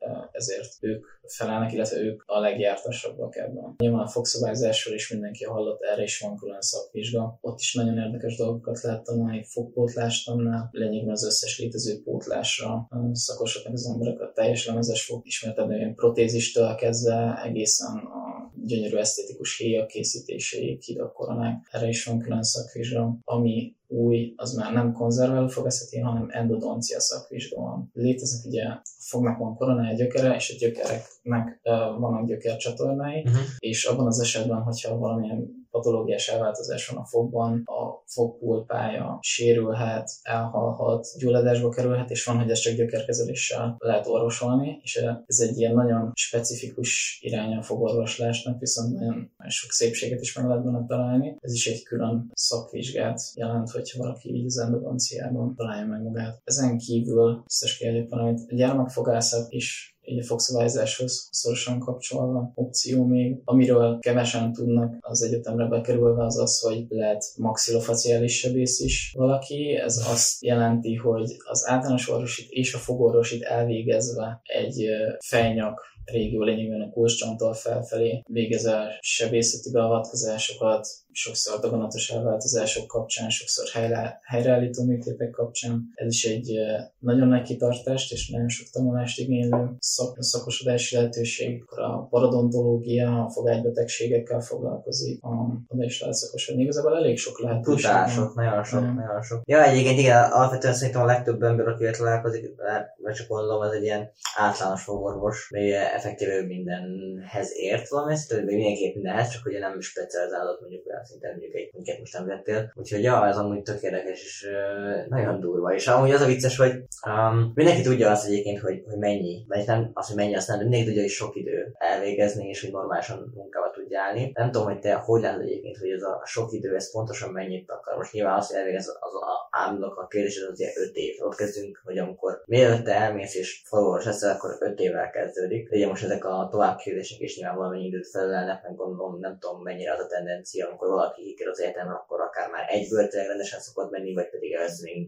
B: ezért ők felelnek, illetve ők a legjártasabbak ebben. Nyilván a fogszabályzásról is mindenki hallott, erre is van külön szakvizsga. Ott is nagyon érdekes dolgokat lehet tanulni, fogpótlástamnál, lényegében az összes létező pótlásra szakosodnak az emberek, a teljes lemezes fog ismertetni, protézistől kezdve egészen a gyönyörű esztétikus héjak készítéséig, hidak, koronák, erre is van külön szakvizsga, ami új, az már nem konzerváló fogászati, hanem endodoncia szakvizsga van. Léteznek ugye, a fognak van koronája, gyökere, és a gyökereknek uh, vannak gyökercsatornái, uh-huh. és abban az esetben, hogyha valamilyen patológiás elváltozás van a fogban, a fogpulpája sérülhet, elhalhat, gyulladásba kerülhet, és van, hogy ezt csak gyökerkezeléssel lehet orvosolni, és ez egy ilyen nagyon specifikus irány a fogorvoslásnak, viszont nagyon sok szépséget is meg lehet benne találni. Ez is egy külön szakvizsgát jelent, hogyha valaki így az endodonciában találja meg magát. Ezen kívül biztos kérdők valamit, a gyermekfogászat is így a fogszabályzáshoz szorosan kapcsolva opció még. Amiről kevesen tudnak az egyetemre bekerülve, az az, hogy lehet maxillofaciális sebész is valaki. Ez azt jelenti, hogy az általános orvosit és a fogorvosit elvégezve egy fejnyak régió lényegében a kulcscsonttól felfelé végez el sebészeti beavatkozásokat, sokszor daganatos elváltozások kapcsán, sokszor helyre, helyreállító műtétek kapcsán. Ez is egy nagyon nagy kitartást és nagyon sok tanulást igénylő szak, szakosodási lehetőség. Akkor a parodontológia, a fogágybetegségekkel foglalkozik, a, oda is lehet szakosodni. Igazából elég sok lehetőség.
A: Tudások, nagyon sok, mm. nagyon sok. Ja, egyébként igen, alapvetően szerintem a legtöbb ember, akivel találkozik, mert csak gondolom, az egy ilyen általános fogorvos, mely effektíve mindenhez ért valami, tehát mindenképp mindenhez, csak ugye nem specializálódott mondjuk olyan szinten, mondjuk egy, minket most nem vettél. Úgyhogy ja, ez amúgy tök érdekes, és uh, nagyon durva. És amúgy az a vicces, hogy um, mindenki tudja azt egyébként, hogy, hogy mennyi, vagy nem azt, hogy mennyi, azt nem, de mindenki tudja, hogy sok idő elvégezni, és hogy normálisan munkába tudja állni. Nem tudom, hogy te hogy látod egyébként, hogy ez a sok idő, ez pontosan mennyit akar. Most nyilván azt, hogy elvégez az, az a álmodok a kérdés, az ugye öt év. Ott kezdünk, hogy amikor mielőtt te elmész és fogorvos leszel, akkor öt évvel kezdődik. De ugye most ezek a továbbképzések is nyilván valamennyi időt felelnek, meg gondolom, nem tudom mennyire az a tendencia, amikor valaki kiker az egyetemre, akkor akár már egyből tényleg rendesen szokott menni, vagy pedig ez még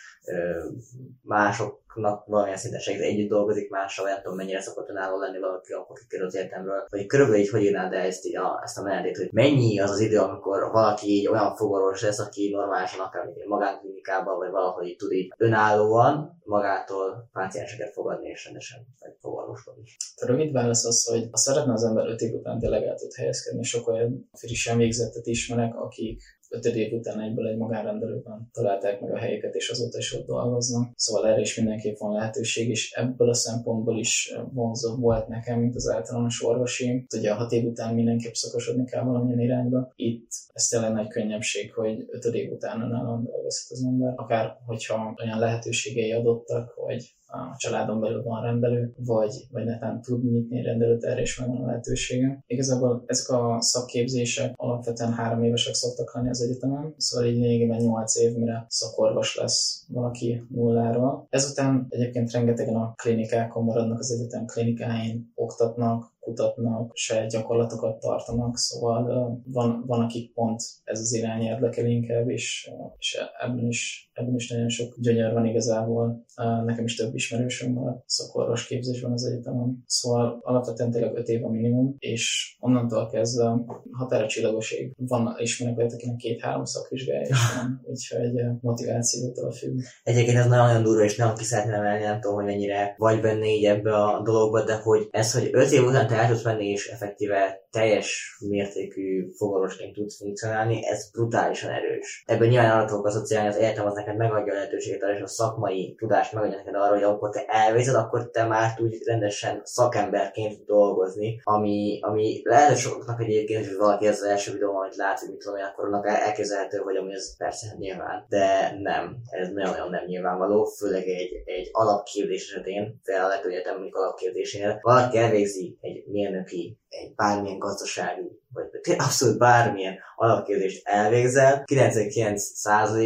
A: másoknak valamilyen szinten segít, együtt dolgozik mással, nem tudom mennyire szokott önálló lenni valaki, akkor kiker az egyetemről. Vagy körülbelül így hogy írnád el ezt, így a, ezt a menetét, hogy mennyi az az idő, amikor valaki így olyan fogorvos lesz, aki normálisan akár egy magánklinikában, vagy valahogy így tud így önállóan magától pácienseket fogadni és rendesen vagy fogorvoskodni.
B: A rövid válasz az, hogy ha szeretne az ember öt év után tényleg el tud helyezkedni, sok olyan frissen végzettet ismerek, akik öt év után egyből egy magánrendelőben találták meg a helyeket, és azóta is ott dolgoznak. Szóval erre is mindenképp van lehetőség, és ebből a szempontból is vonzó volt nekem, mint az általános orvosi. Ugye a hat év után mindenképp szakosodni kell valamilyen irányba. Itt ez tényleg nagy könnyebbség, hogy öt év után önállóan dolgozhat az ember. Akár hogyha olyan lehetőségei adottak, hogy a családon belül van rendelő, vagy, vagy netán tud nyitni rendelőt, erre is megvan a lehetősége. Igazából ezek a szakképzések alapvetően három évesek szoktak lenni az egyetemen, szóval így lényegében nyolc év, mire szakorvos lesz valaki nulláról. Ezután egyébként rengetegen a klinikákon maradnak, az egyetem klinikáin oktatnak, kutatnak, saját gyakorlatokat tartanak, szóval uh, van, van, akik pont ez az irány érdekel inkább, és, uh, és ebben, is, ebben is nagyon sok gyönyör van igazából. Uh, nekem is több ismerősöm van szakorvos képzésben az egyetemen. Szóval alapvetően tényleg öt év a minimum, és onnantól kezdve határa csillagosig van, ismerek olyat, akinek két-három szakvizsgája is van, úgyhogy uh, motivációtól függ.
A: Egyébként ez nagyon-nagyon durva, és nem ki szeretném emelni, nem tudom, hogy mennyire vagy benne így ebbe a dologba, de hogy ez, hogy öt év után el tudsz menni, és effektíve teljes mértékű fogorvosként tudsz funkcionálni, ez brutálisan erős. Ebből nyilván arra tudok asszociálni, az egyetem az neked megadja a lehetőséget arra, és a szakmai tudást megadja neked arra, hogy amikor te elvézed, akkor te már tudj rendesen szakemberként dolgozni, ami, ami lehet, hogy sokaknak egyébként, hogy valaki ez az első videó, amit lát, hogy mit tudom én, akkor annak elképzelhető, hogy ami ez persze nyilván, de nem, ez nagyon-nagyon nem nyilvánvaló, főleg egy, egy alapképzés esetén, például a legtöbb egyetem mondjuk alapképzésénél, valaki elvégzi egy mérnöki, egy bármilyen gazdasági, vagy abszolút bármilyen alapképzést elvégzel, kilencvenkilenc százalékban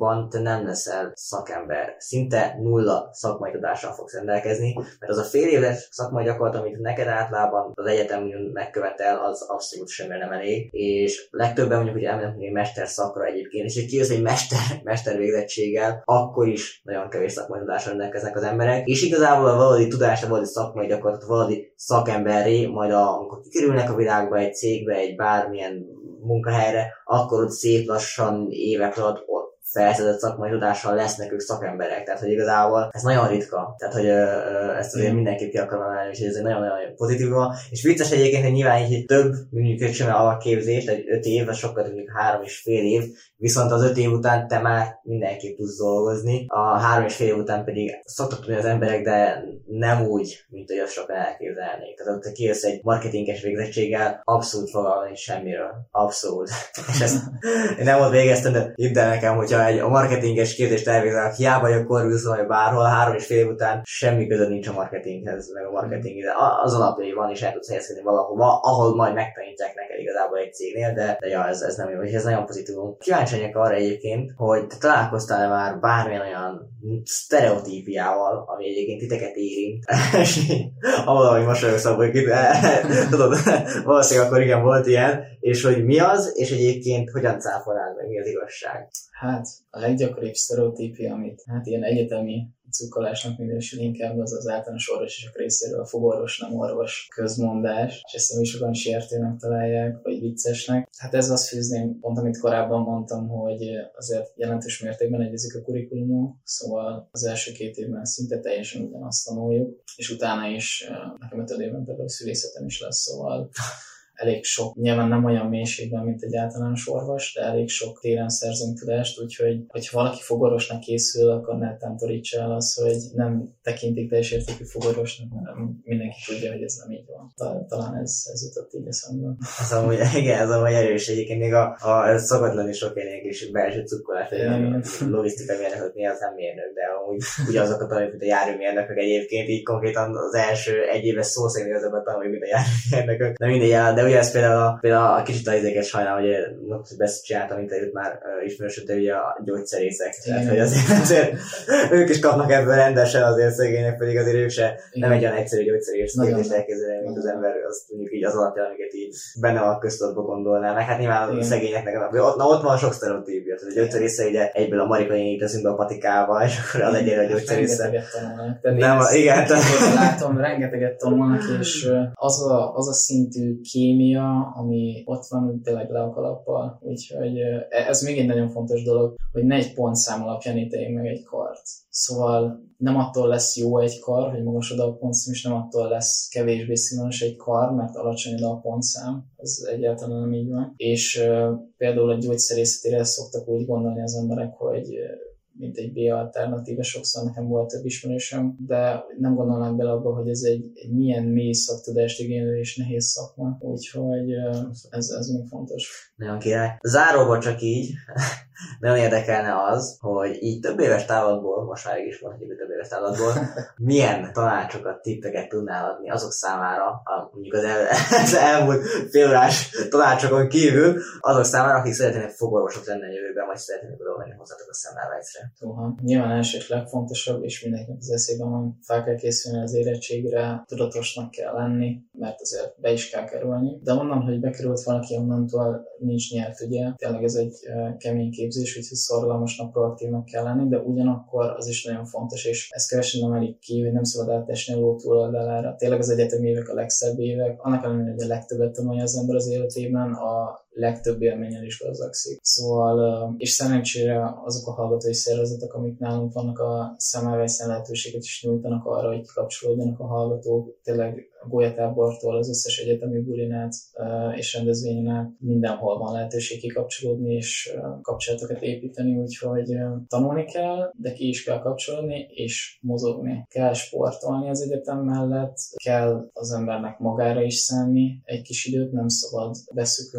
A: dolgokban te nem leszel szakember. Szinte nulla szakmai tudással fogsz rendelkezni, mert az a fél éves szakmai gyakorlat, amit neked általában az egyetem megkövetel, az abszolút semmire nem elég, és legtöbben mondjuk, hogy elmennek még mester szakra egyébként, és hogy kijössz egy mester, mester végzettséggel, akkor is nagyon kevés szakmai tudással rendelkeznek az emberek, és igazából a valódi tudás, a valódi szakmai gyakorlat, a valódi szakemberré, majd a, amikor kikerülnek a világba, egy cégbe, egy bármilyen munkahelyre, akkor ott szép lassan évek alatt felszedett szakmai tudással lesznek ők szakemberek. Tehát, hogy igazából ez nagyon ritka. Tehát, hogy ö, ö, ezt azért mindenképp ki akarom emelni, és ez egy nagyon-nagyon pozitív van. És vicces egyébként, hogy nyilván így több, mondjuk egy sem alapképzést, egy öt év, vagy sokkal mondjuk három és fél év, viszont az öt év után te már mindenképp tudsz dolgozni. A három és fél év után pedig szoktak tudni az emberek, de nem úgy, mint hogy azt sokan elképzelnék. Tehát, hogy te kijössz egy marketinges végzettséggel, abszolút fogalmam nincs semmiről. Abszolút. És ezt én nem volt végeztem, de hidd el nekem, hogyha egy a marketinges képzést elvégzel, hiába vagy a Corvus vagy bárhol, három és fél év után semmi között nincs a marketinghez, meg a marketing, de az alapjai van, és el tudsz helyezkedni valahova, ahol majd megtanítják neked igazából egy cégnél, de, de ja, ez, ez nem jó, és ez nagyon pozitív. Kíváncsi vagyok arra egyébként, hogy te találkoztál már bármilyen olyan sztereotípiával, ami egyébként titeket érint, és ahol, ahogy mosolyogsz abból, hogy tudod, valószínűleg akkor igen volt ilyen, és hogy mi az, és egyébként hogyan cáfolnád meg, mi az igazság?
B: Hát a leggyakoribb sztereotípia, amit hát ilyen egyetemi cukkolásnak minősül inkább, az az általános orvosok részéről a fogorvos, nem orvos közmondás, és ezt is sokan sértőnek találják, vagy viccesnek. Hát ez azt fűzném, pont amit korábban mondtam, hogy azért jelentős mértékben egyezik a kurikulumon, szóval az első két évben szinte teljesen ugyanazt tanuljuk, és utána is nekem ötöd évben például szülészetem is lesz, szóval elég sok, nyilván nem olyan mélységben, mint egy általános orvos, de elég sok téren szerzünk tudást, úgyhogy hogyha valaki fogorvosnak készül, akkor ne tántorítsa el az, hogy nem tekintik teljes értékű fogorvosnak, mert mindenki tudja, hogy ez nem így van. Talán ez, ez jutott így eszembe.
A: Ez amúgy, igen, ez amúgy erős egyébként, még a, a szokatlan is sok ilyen kis belső cukkolás, hogy a logisztikai mérnökök mi az nem mérnök, de amúgy ugyanazokat tanuljuk, mint a járőmérnökök egyébként, így konkrétan az első egy éves szó szerint azokat tanuljuk, mint a járőmérnökök. De mindegy, de ugye ez például a, például a kicsit az izéket sajnálom, hogy most best csináltam interjút már uh, ismerősöd, de ugye a gyógyszerészek. Tehát, hogy azért, azért ők is kapnak ebből rendesen azért szegények, pedig azért ők se nem egy olyan egyszerű gyógyszerész képzést elképzelni, mint az ember, azt mondjuk így az alapján, amiket így benne van a köztudatba gondolná. Meg hát nyilván igen. A szegényeknek, ott, na, ott van sok sztereotípia. Tehát a gyógyszerésze ugye egyből a marikai teszünk be a patikával, és akkor az egyre a gyógyszerésze.
B: Rengeteget tanulnak.
A: Nem, igen.
B: Látom, rengeteget tanulnak, és az a, az a szintű kémia, ami ott van tényleg le a kalappal. Úgyhogy ez még egy nagyon fontos dolog, hogy ne egy pontszám alapján ítéljünk meg egy kart. Szóval nem attól lesz jó egy kar, hogy magas oda a pontszám, és nem attól lesz kevésbé színvonatos egy kar, mert alacsony oda a pontszám. Ez egyáltalán nem így van. És uh, például a gyógyszerészetére szoktak úgy gondolni az emberek, hogy mint egy B-alternatíva, sokszor nekem volt több ismerősöm, de nem gondolnám bele abba, hogy ez egy, egy milyen mély szaktudást igénylő és nehéz szakma, úgyhogy ez, ez még fontos.
A: Nagyon király. Záróban csak így, nagyon érdekelne az, hogy így több éves távlatból, most már is mondhatjuk, hogy több éves távlatból, milyen tanácsokat, tippeket tudnál adni azok számára, a, mondjuk az, el, az elmúlt félórás tanácsokon kívül, azok számára, akik szeretnének fogorvosok lenni a jövőben, vagy szeretnének oda menni hozzátok a Semmelweisre.
B: Szóval nyilván első és legfontosabb, és mindenkinek az eszében van, fel kell készülni az érettségre, tudatosnak kell lenni, mert azért be is kell kerülni. De onnan, hogy bekerült valaki, onnantól nincs nyert, ugye. Tényleg ez egy uh, kemény képzés, úgyhogy szorgalmasnak, proaktívnak kell lenni, de ugyanakkor az is nagyon fontos, és ezt kevesen nem emelik ki, hogy nem szabad átesni a ló túloldalára. Tényleg az egyetemi évek a legszebb évek, annak ellenére, hogy a legtöbbet tanulja az ember az életében, a legtöbb élménnyel is gazdagszik. Szóval, és szerencsére azok a hallgatói szervezetek, amik nálunk vannak, a Semmelweisen lehetőséget is nyújtanak arra, hogy kikapcsolódjanak a hallgatók. Tényleg a golyatábortól az összes egyetemi bulinát és rendezvényen át mindenhol van lehetőség kikapcsolódni és kapcsolatokat építeni, úgyhogy tanulni kell, de ki is kell kapcsolódni és mozogni. Kell sportolni az egyetem mellett, kell az embernek magára is szánni egy kis időt, nem szabad beszűkülni és csak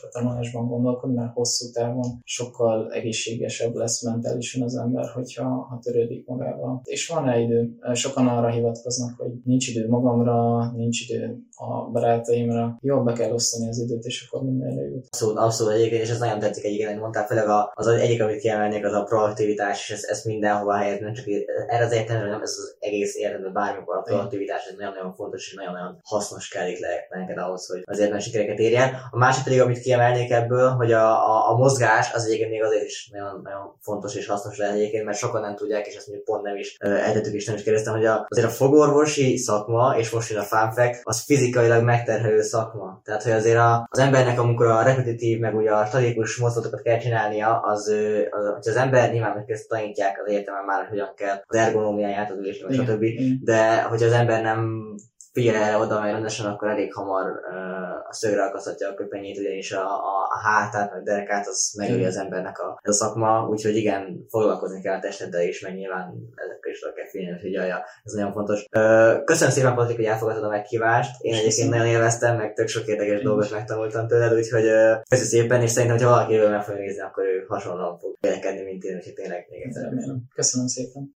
B: a tanulásban gondolkodni, mert hosszú távon sokkal egészségesebb lesz mentálisan az ember, hogyha ha törődik magával. És van rá idő. Sokan arra hivatkoznak, hogy nincs idő magamra, nincs idő a barátaimra. Jól be kell osztani az időt, és akkor mindenre jut.
A: Abszolút, abszolút egyébként, és ez nagyon tetszik egyébként, hogy mondtál, főleg az egyik, amit kiemelnék, az a proaktivitás, és ezt, ezt mindenhova helyezni, nem csak erre az értelemben, nem ez az egész életben bármikor a proaktivitás, ez nagyon-nagyon fontos, és nagyon-nagyon hasznos kell itt lehet neked ahhoz, hogy az életben sikereket érjen. A másik pedig, amit kiemelnék ebből, hogy a, a, a mozgás az egyébként még azért is nagyon, nagyon fontos és hasznos lehet egyébként, mert sokan nem tudják, és ezt mondjuk pont nem is eltettük és nem is kérdeztem, hogy a, azért a fogorvosi szakma, és most jön a fun fact, az fizikailag megterhelő szakma. Tehát, hogy azért a, az embernek, amikor a repetitív, meg ugye a statikus mozdulatokat kell csinálnia, az, az, hogy az ember nyilván, hogy ezt tanítják az egyetemen már, hogy hogyan kell az ergonómiáját, az ülésnek, stb. De hogy az ember nem figyel erre oda, mert rendesen, akkor elég hamar uh, a szögre akaszthatja a köpenyét, ugyanis a, a, a hátát, a derekát, az megöli az embernek a, a szakma, úgyhogy igen, foglalkozni kell a testeddel is, meg nyilván ezekkel is kell figyelni, hogy jaj, ez nagyon fontos. Uh, köszönöm szépen, Patrik, hogy elfogadtad a meghívást. Én egyébként nagyon élveztem, meg tök sok érdekes dolgot megtanultam tőled, úgyhogy uh, köszönöm szépen, és szerintem, ha valaki jövő meg fogja nézni, akkor ő hasonlóan fog vélekedni, mint én, úgyhogy tényleg még egyszer.
B: Köszönöm szépen.